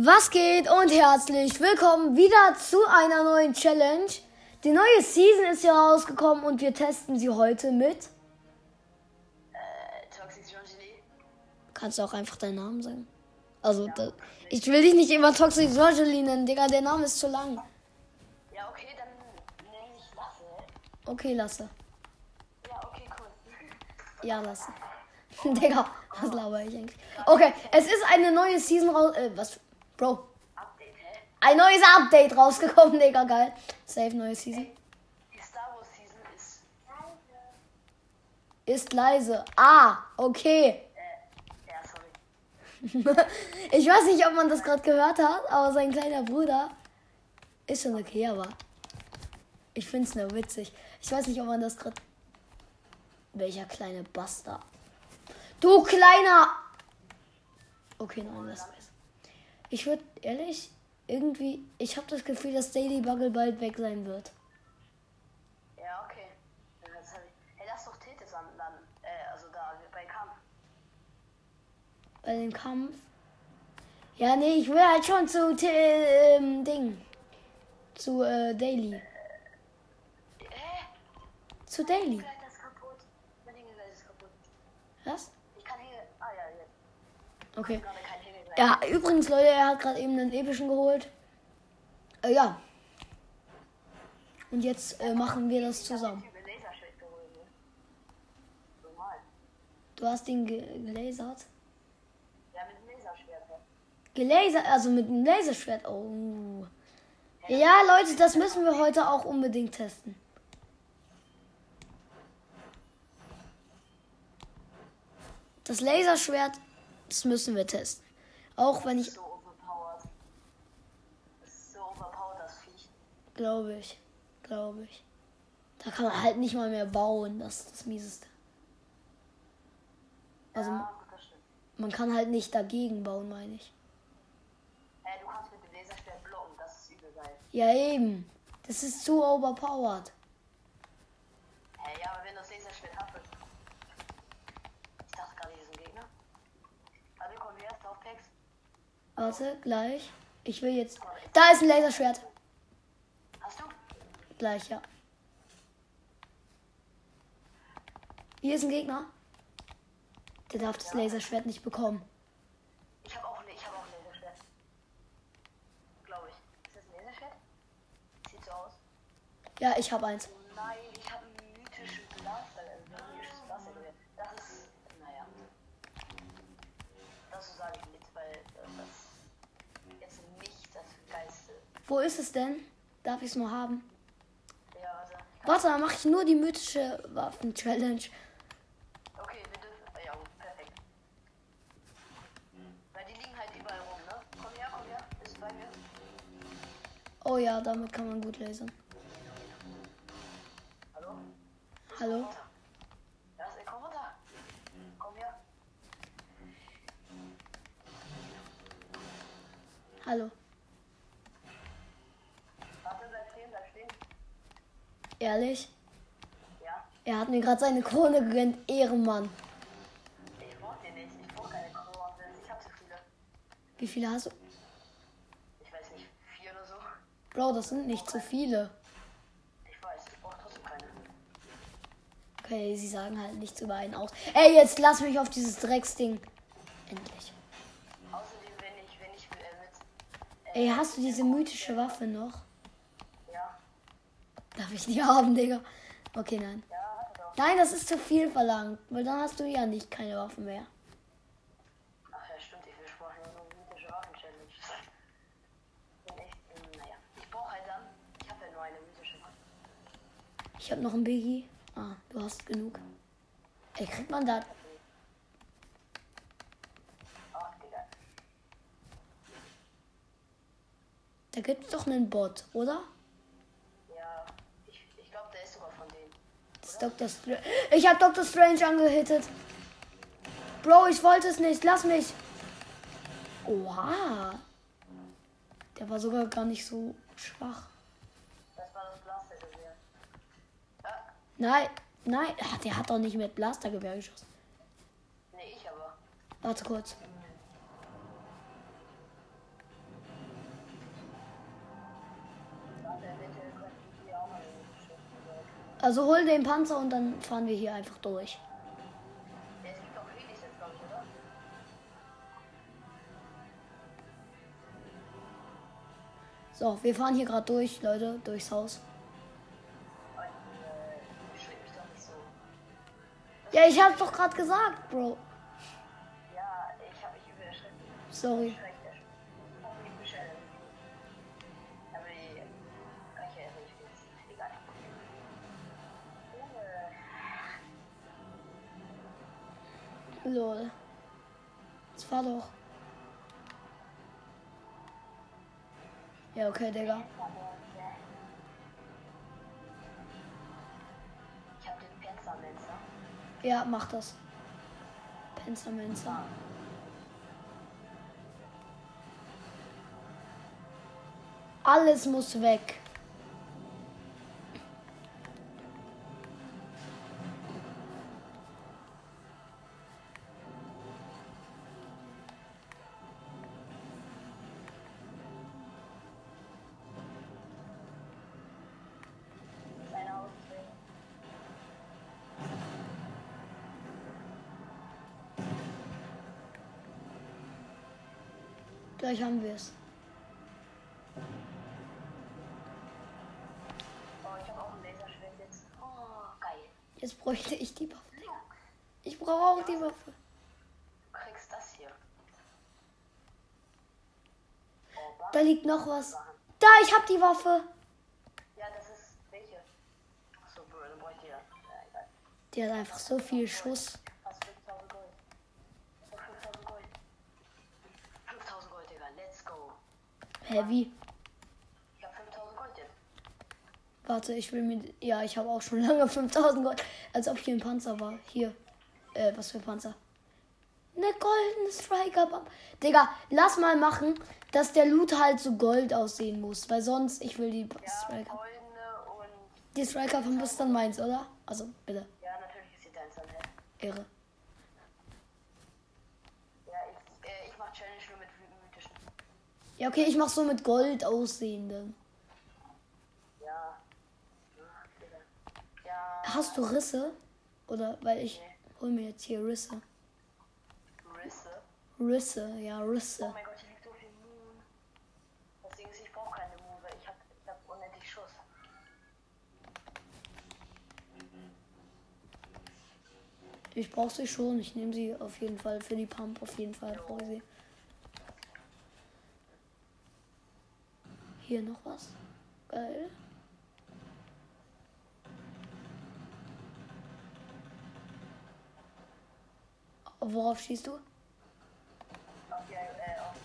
Was geht und herzlich willkommen wieder zu einer neuen Challenge. Die neue Season ist ja rausgekommen und wir testen sie heute mit. Toxic Jean-Genet. Kannst du auch einfach deinen Namen sagen? Also, ich will dich nicht immer Toxic Jean-Genet nennen, Digga, der Name ist zu lang. Ja, okay, dann nenne ich Lasse. Okay, Lasse. Ja, okay, cool. Ja, Lasse. Digga, was laber ich eigentlich? Okay, es ist eine neue Season raus... was? Bro. Update, hä? Ein neues Update rausgekommen, Digga, geil. Safe, neue Season. Die Star Wars Season ist Ist leise. Ah, okay. ja, sorry. Ich weiß nicht, ob man das gerade gehört hat, aber sein kleiner Bruder ist schon okay, aber ich find's nur witzig. Ich weiß nicht, ob man das gerade... Welcher kleine Bastard. Du kleiner... Okay, nein, lass es. Ich würde ehrlich, irgendwie... Ich habe das Gefühl, dass Daily Bugle bald weg sein wird. Ja, okay. Hey, lass doch Tethys an, dann, also da, bei Kampf. Bei dem Kampf... Ja, nee, ich will halt schon zu Ding. Zu Daily. Zu Daily. Vielleicht ist kaputt. Mein Hängergleis ist kaputt. Was? Ich kann Hänge... Ah, ja, jetzt. Okay. Gerade kein Hängergleis. Ja, übrigens, Leute, er hat gerade eben einen epischen geholt. Ja. Und jetzt machen wir das zusammen. Ich habe den Laserschwert geholt, ne? Normal. Du hast ihn gelasert? Ja, mit dem Laserschwert, ja. Gelasert, also mit einem Laserschwert. Oh. Ja, Leute, das müssen wir heute auch unbedingt testen. Das Laserschwert, das müssen wir testen. Auch wenn ich, So overpowered. Das ist so overpowered, das Viech. glaube ich. Da kann man halt nicht mal mehr bauen, das ist das Mieseste. Also Ja, gut, das stimmt. man kann halt nicht dagegen bauen, meine ich. Hey, du kannst mit dem Laserschwert blocken, das ist übel geil. Ja, eben. Das ist zu overpowered. Hey, ja, aber wenn du das Laserschwert hast, ich dachte gerade, hier ist ein Gegner. Warte, komm her, Softpacks. Warte, gleich. Ich will jetzt... Da ist ein Laserschwert. Hast du? Gleich, ja. Hier ist ein Gegner. Der darf das Laserschwert nicht bekommen. Ich habe auch ein Laserschwert. Glaube ich. Ist das ein Laserschwert? Sieht so aus. Ja, ich habe eins. Oh nein, ich habe einen mythischen Blaster. Ein mythisches Blaster. Das ist, naja. Das sage ich nicht, weil das jetzt nicht das Geilste. Wo ist es denn? Darf ich es mal haben? Ja, also. Warte, dann mache ich nur die mythische Waffen-Challenge. Okay, wir dürfen. Ja, perfekt. Weil die liegen halt überall rum, ne? Komm her, ist bei mir. Oh ja, damit kann man gut lasern. Hallo? Hallo? Ja, komm runter. Komm her. Hallo. Warte, bleib stehen. Ehrlich? Ja. Er hat mir gerade seine Krone gegönnt. Ehrenmann. Ich brauch den nicht. Ich brauch keine Kronen. Ich hab zu viele. Wie viele hast du? Ich weiß nicht, 4 oder so. Bro, das sind nicht zu viele. Ich weiß, ich brauch trotzdem keine. Okay, sie sagen halt nichts über einen aus. Ey, jetzt lass mich auf dieses Drecksding. Endlich. Außerdem, wenn ich Ey, hast du diese mythische Waffe noch? ja, Darf ich die haben, Digga? Okay, nein. ja, hat er doch. Nein, das ist zu viel verlangt. Weil dann hast du ja nicht keine Waffen mehr. Ach ja, stimmt, ich will sprachen nur mythische Waffen-Challenge. Bin echt, naja. Ich brauch halt dann, ich habe ja nur eine mythische Waffe. Ich habe noch ein Biggie. Ah, du hast genug. Ey, kriegt man da... Ach, Digga. Da gibt's doch einen Bot, oder? Ja, ich glaube, der ist sogar von denen. Das ist Dr. Strange. Ich habe Dr. Strange angehittet. Bro, ich wollte es nicht. Lass mich. Oha. Der war sogar gar nicht so schwach. Das war das Blastergewehr. Ja, Nein. Ach, der hat doch nicht mit Blastergewehr geschossen. nee, ich aber. Warte kurz. Also hol den Panzer und dann fahren wir hier einfach durch. Ja, es gibt auch Helis jetzt, glaube ich, oder? So, wir fahren hier gerade durch, Leute, durchs Haus. Und, beschwert mich doch nicht so. Ja, ich hab's doch gerade gesagt, Bro. Ja, ich habe mich übel erschreckt. Sorry. Erschreckt, erschreckt. Hoffentlich beschwert er mich. Aber die... Okay, also ich will jetzt... Egal. Lol. Jetzt fahr doch. Ja, okay, Digga. Ich habe den Panzermenzer. Ja, mach das. Panzermenzer. Alles muss weg. Sein Haus ist weg. Gleich haben wir es. Oh, ich habe auch ein Laserschwert jetzt. Oh, geil. Jetzt bräuchte ich die Waffe. Digga. Ich brauche auch die Waffe. Du kriegst das hier. Oh, Bam. Da liegt noch was. Da, ich hab die Waffe. Ja, das ist welche? Achso, dann brauche ich die ja. Ja, egal. Die hat einfach so viel Schuss. Fast 5000 Gold. Oh, 5000 Gold. 5000 Gold, Digga. Let's go. Heavy. Ich habe 5000 Gold jetzt. Warte, ich will mir... Ja, ich habe auch schon lange 5000 Gold. Als ob hier ein Panzer war. Hier. Was für ein Panzer? Eine goldene Striker-Bomb. Digga, lass mal machen, dass der Loot halt so gold aussehen muss. Weil sonst, ich will die Ja, Striker... goldene und... Die Striker-Bomb ist dann meins, oder? Also, bitte. Ja, natürlich ist sie deins dann, hä? Ehre. Ja, ich mach Challenge nur mit mythischen. Ja, okay, ich mach so mit Gold aussehenden. Ja. Ach, Digga. Ja. Hast du Risse? Oder, weil ich hol mir jetzt hier Risse. Risse. Risse, ja, Risse. Oh mein Gott, hier liegt so viel Moon. Das Ding ist, ich brauche keine Moon, weil ich hab unendlich Schuss. Ich brauche sie schon. Ich nehme sie auf jeden Fall für die Pump. Auf jeden Fall brauche ich sie. Hier noch was. Geil. Worauf schießt du? Okay, auf.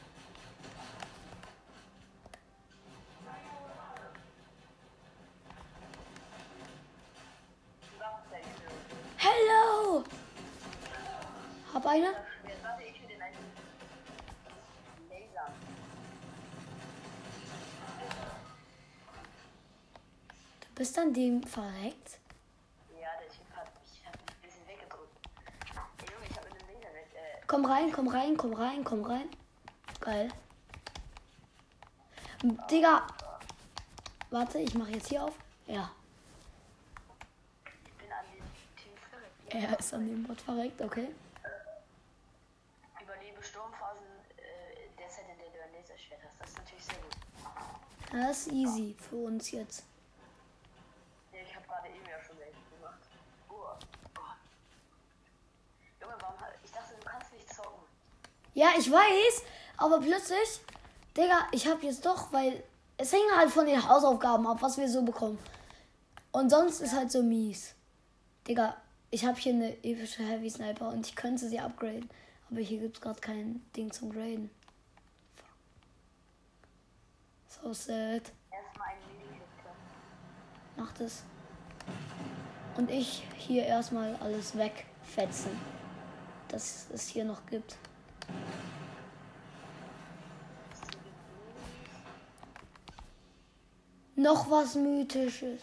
Hello! Hab eine? Jetzt warte ich für den einen Laser. Du bist an dem verreckt? Ja, der Typ hat mich ein bisschen weggedrückt. Ey, Junge, ich hab mit dem Laser weg. Komm rein, komm rein, komm rein, komm rein. Geil. Digga. Warte, ich mache jetzt hier auf. Ja. Ich bin an den Typ verreckt. Er ist an dem Bot verreckt, okay. Überlebe Sturmphasen der Zeit, in der du ein Laserschwert hast. Das ist natürlich sehr gut. Das ist easy für uns jetzt. Ja, ich habe gerade eben ja schon welche gemacht. Oh. Junge, ich dachte, du kannst nicht zocken. Ja, ich weiß, aber plötzlich, Digga, ich hab jetzt doch, weil es hängt halt von den Hausaufgaben ab, was wir so bekommen. Und sonst ist halt so mies. Digga, ich habe hier eine epische Heavy Sniper und ich könnte sie upgraden. Aber hier gibt's gerade kein Ding zum Graden. So sad. Erstmal ein Medikit. Mach das. Und ich hier erstmal alles wegfetzen, das es hier noch gibt. Noch was Mythisches.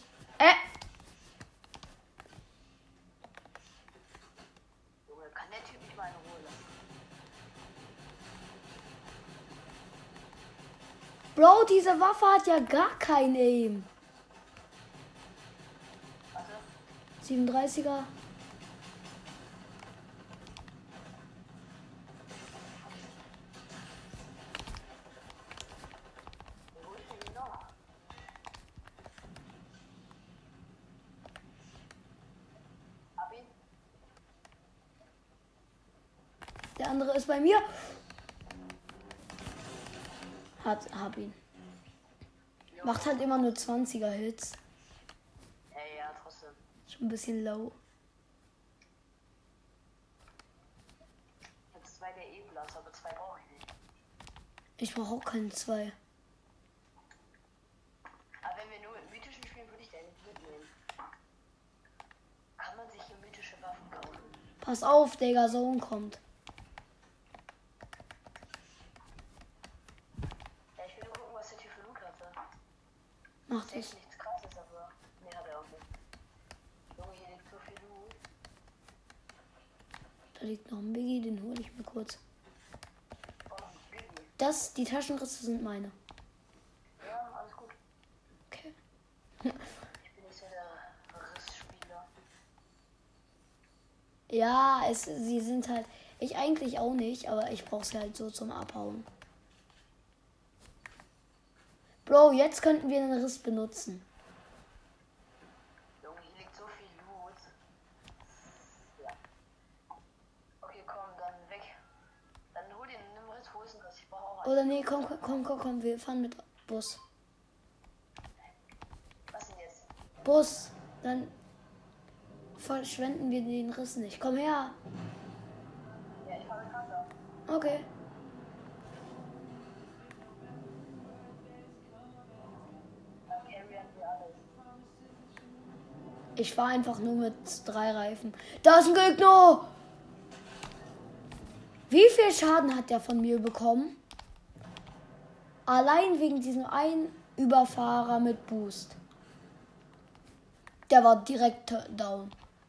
Junge, kann der Typ mich mal in Ruhe lassen? Bro, diese Waffe hat ja gar kein Aim. 37er. Wo ist denn noch? Hab ihn. Der andere ist bei mir. Hab ihn. Macht halt immer nur 20er Hits. Ey, ja, trotzdem. Schon ein bisschen low. Ich hab 2 der E-Blast, aber 2 brauche ich nicht. Ich brauche auch keine 2. Aber wenn wir nur mit mythischen spielen, würde ich den nicht mitnehmen. Kann man sich hier mythische Waffen kaufen? Pass auf, Digga, Zone kommt. Ja, ich will nur gucken, was der Typ für Loot hatte. Macht Das ist es. nichts krasses, aber. Nee, hat er auch nicht. Junge, hier liegt so viel Loot. Da liegt noch ein Biggie, den hole ich mir kurz. Oh, Biggie. Die Taschenrisse sind meine. Ja, alles gut. Okay. Ich bin jetzt ja der Rissspieler. Ja, sie sind halt. Ich eigentlich auch nicht, aber ich brauche sie halt so zum Abhauen. Bro, jetzt könnten wir den Riss benutzen. Junge, hier liegt so viel Loot. Ja. Okay, komm, dann weg. Dann hol den, nimm Riss, wo ist denn das? Ich brauche auch einen. Oder nee, komm, wir fahren mit Bus. Was denn jetzt? Bus, dann verschwenden wir den Riss nicht. Komm her. Ja, ich fahre mit Vater. Okay. Dann carryen wir alles. Ich fahre einfach nur mit 3 Reifen. Da ist ein Gegner! Wie viel Schaden hat der von mir bekommen? Allein wegen diesem einen Überfahrer mit Boost. Der war direkt down.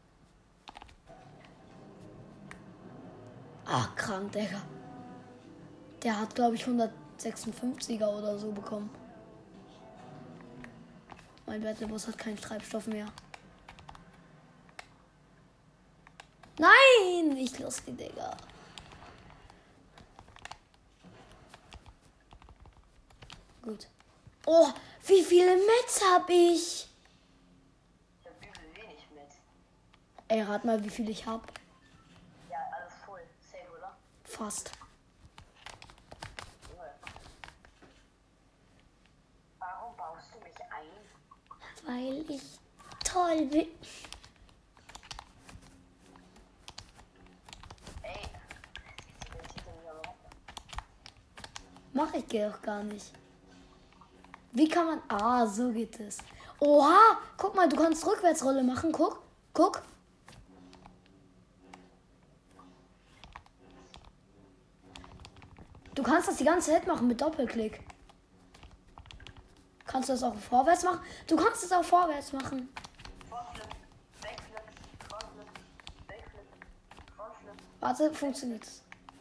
Ach, krank, Digga. Der hat, glaube ich, 156er oder so bekommen. Mein Battlebus hat keinen Treibstoff mehr. Nein! Ich los die Digga. Gut. Oh, wie viele Mets hab ich? Ich hab übel wenig mit. Ey, rat mal, wie viel ich hab. Ja, alles voll. Safe, oder? Fast. Junge. Warum baust du mich ein? Weil ich toll bin. Ey. Jetzt zieht er mich aber runter. Mach ich doch gar nicht. Wie kann man... Ah, so geht es. Oha! Guck mal, du kannst Rückwärtsrolle machen. Guck. Du kannst das die ganze Zeit machen mit Doppelklick. Kannst du das auch vorwärts machen? Du kannst es auch vorwärts machen. Frontflip, Backflip, Frontflip, Backflip, Frontflip. Warte, funktioniert's.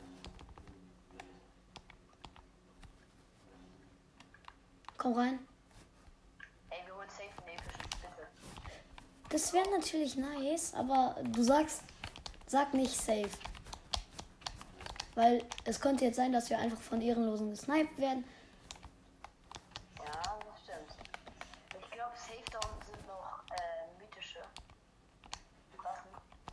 Komm rein. Ey, wir holen safe einen epischen, bitte. Das wäre natürlich nice, aber du sag nicht safe. Weil es könnte jetzt sein, dass wir einfach von Ehrenlosen gesniped werden. Ja, das stimmt. Ich glaube, safe da unten sind noch mythische Waffen.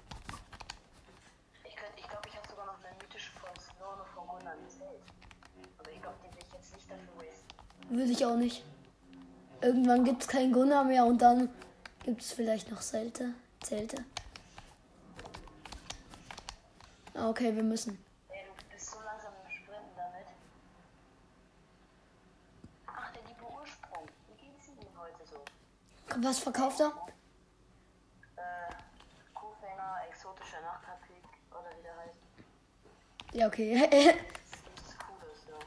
Ich glaube, ich habe sogar noch eine mythische von Snow und von Gunnar im Zelt. Aber ich glaube, die will ich jetzt nicht dafür wasten. Würde ich auch nicht. Irgendwann gibt es keinen Gunnar mehr und dann gibt es vielleicht noch Zelte. Ah, okay, wir müssen. Ey, du bist so langsam im Sprinten damit. Ach, der liebe Ursprung. Wie geht's Ihnen heute so? Was verkauft er? Kuhfänger, exotischer Nachttaktik oder wie der heißt. Ja, okay. Nichts Cooles, ja.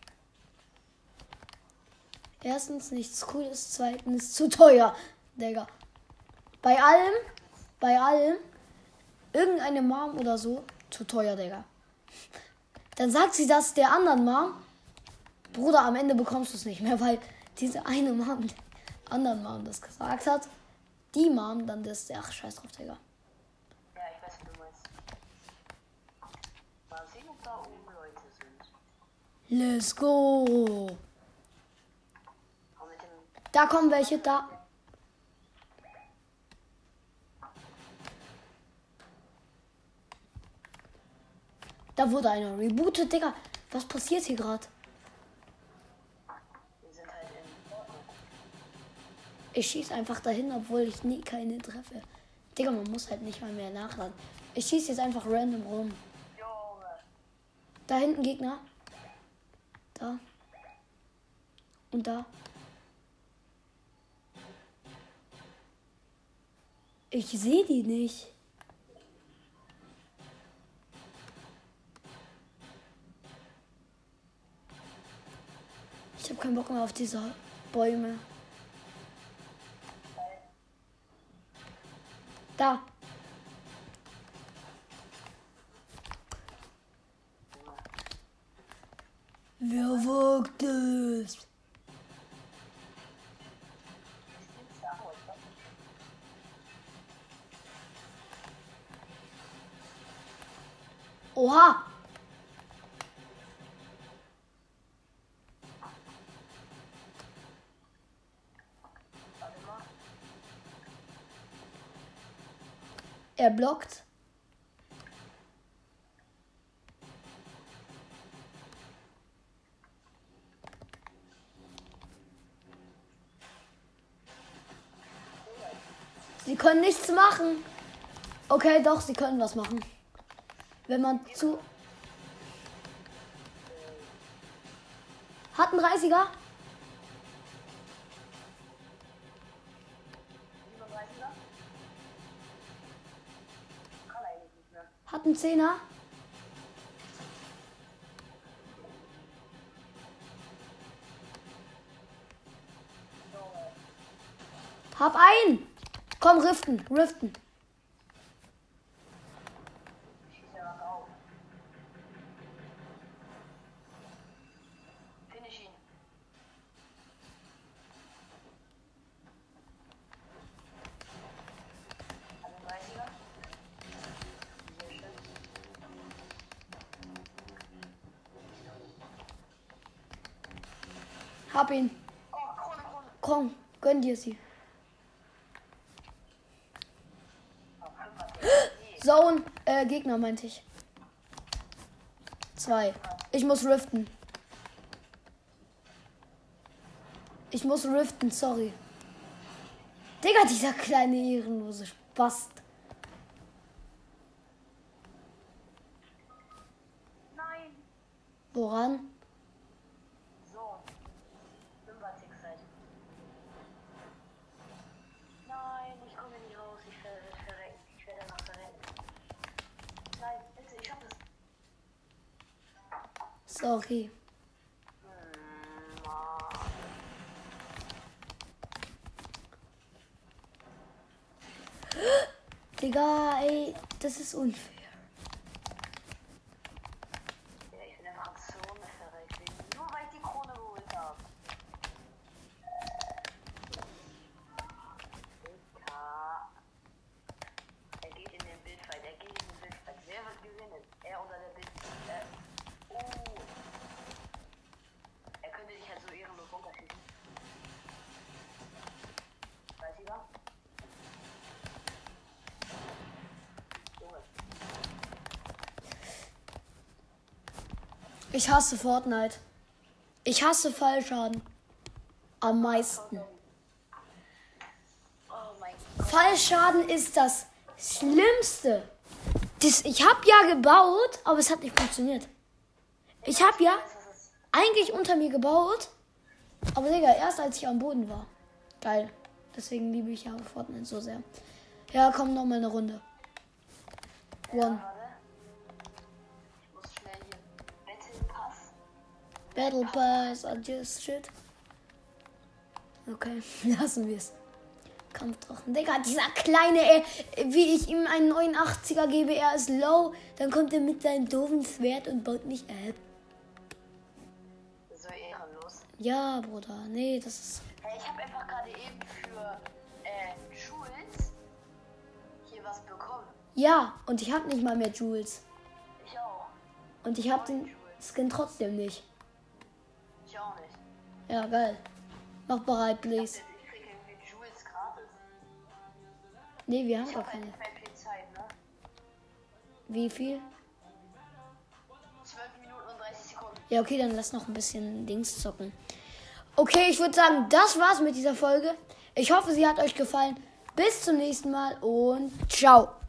Erstens nichts Cooles, zweitens zu teuer, Digga. Bei allem, irgendeine Mom oder so, zu teuer, Digga. Dann sagt sie das der anderen Mom. Bruder, am Ende bekommst du es nicht mehr, weil diese eine Mom, der anderen Mom das gesagt hat. die Mom, dann das. Ach, scheiß drauf, Digga. Ja, ich weiß, wie du meinst. Mal sehen, ob da oben Leute sind. Let's go. Aber mit dem. Da kommen welche, da. Da wurde einer rebootet, Digga. Was passiert hier gerade? Wir sind halt in Ordnung. Ich schieß einfach dahin, obwohl ich nie keine treffe. Digga, man muss halt nicht mal mehr nachladen. Ich schieß jetzt einfach random rum. Junge. Da hinten Gegner. Da. Und da. Ich sehe die nicht. Ich habe keinen Bock mehr auf diese Bäume. Da. Wer wagt es? Ist da auch was? Oha. Warte mal. Er blockt. Sie können nichts machen. Okay, doch, sie können was machen. Wenn man zu... Hat ein 30er? 37er? Kann eigentlich nicht mehr. Hat ein 10er? Junge. Hab einen! Komm, riften, riften. Schieß ja noch auf. Finish ihn. Hat einen 30er? Sehr schön. Hab ihn. Oh, Krone, Krone. Komm, gönn dir sie. Oh, 5 Zone, Gegner meinte ich. 2. Ich muss riften. Ich muss riften, sorry. Digga, dieser kleine ehrenlose Spast. Nein. Woran? So. 5er Zeit. Nein, ich komme nicht raus. Ich werde verrecken. Ich werde einfach verrecken. Nein, bitte, ich schaff das. Sorry. Mann. Digga, ey, das ist unfair. Ja, ich bin einfach so verreckt. Nur weil ich die Krone geholt habe. Dicker. Er geht in den Bildfight. Er geht in den Bildfight. Wer wird gewinnen? Er oder der Bild. Oh. Er könnte dich halt so ehrenlos runterschießen. Weiß ich was? Junge. Ich hasse Fortnite. Ich hasse Fallschaden. Am meisten. Oh mein Gott. Fallschaden ist das Schlimmste. Ich habe ja gebaut, aber es hat nicht funktioniert. Ich habe ja Das ist eigentlich unter mir gebaut, aber Digga, erst als ich am Boden war. Geil. Deswegen liebe ich ja Fortnite so sehr. Ja, komm, noch mal eine Runde. One. Warte. Ich muss schnell hier Battle Battle Pass. Pass, I just shit. Okay, lassen wir es. Kampfdrachen. Digga, dieser kleine, ey, wie ich ihm einen 89er gebe, er ist low, dann kommt er mit seinem doofen Schwert und baut mich ab. So ehrenlos. Ja, Bruder, nee, das ist... Hey, ich habe einfach gerade eben für Schulz Ja, und ich habe nicht mal mehr Jules. Ich auch. Und ich habe den Skin trotzdem nicht. Ich auch nicht. Ja, geil. Mach bereit, please. Ich krieg irgendwie Jules gratis. Nee, wir haben Ich gar hab halt keine. nicht mehr viel Zeit, ne? Wie viel? 12 Minuten und 30 Sekunden. Ja, okay, dann lass noch ein bisschen Dings zocken. Okay, ich würde sagen, das war's mit dieser Folge. Ich hoffe, sie hat euch gefallen. Bis zum nächsten Mal und ciao.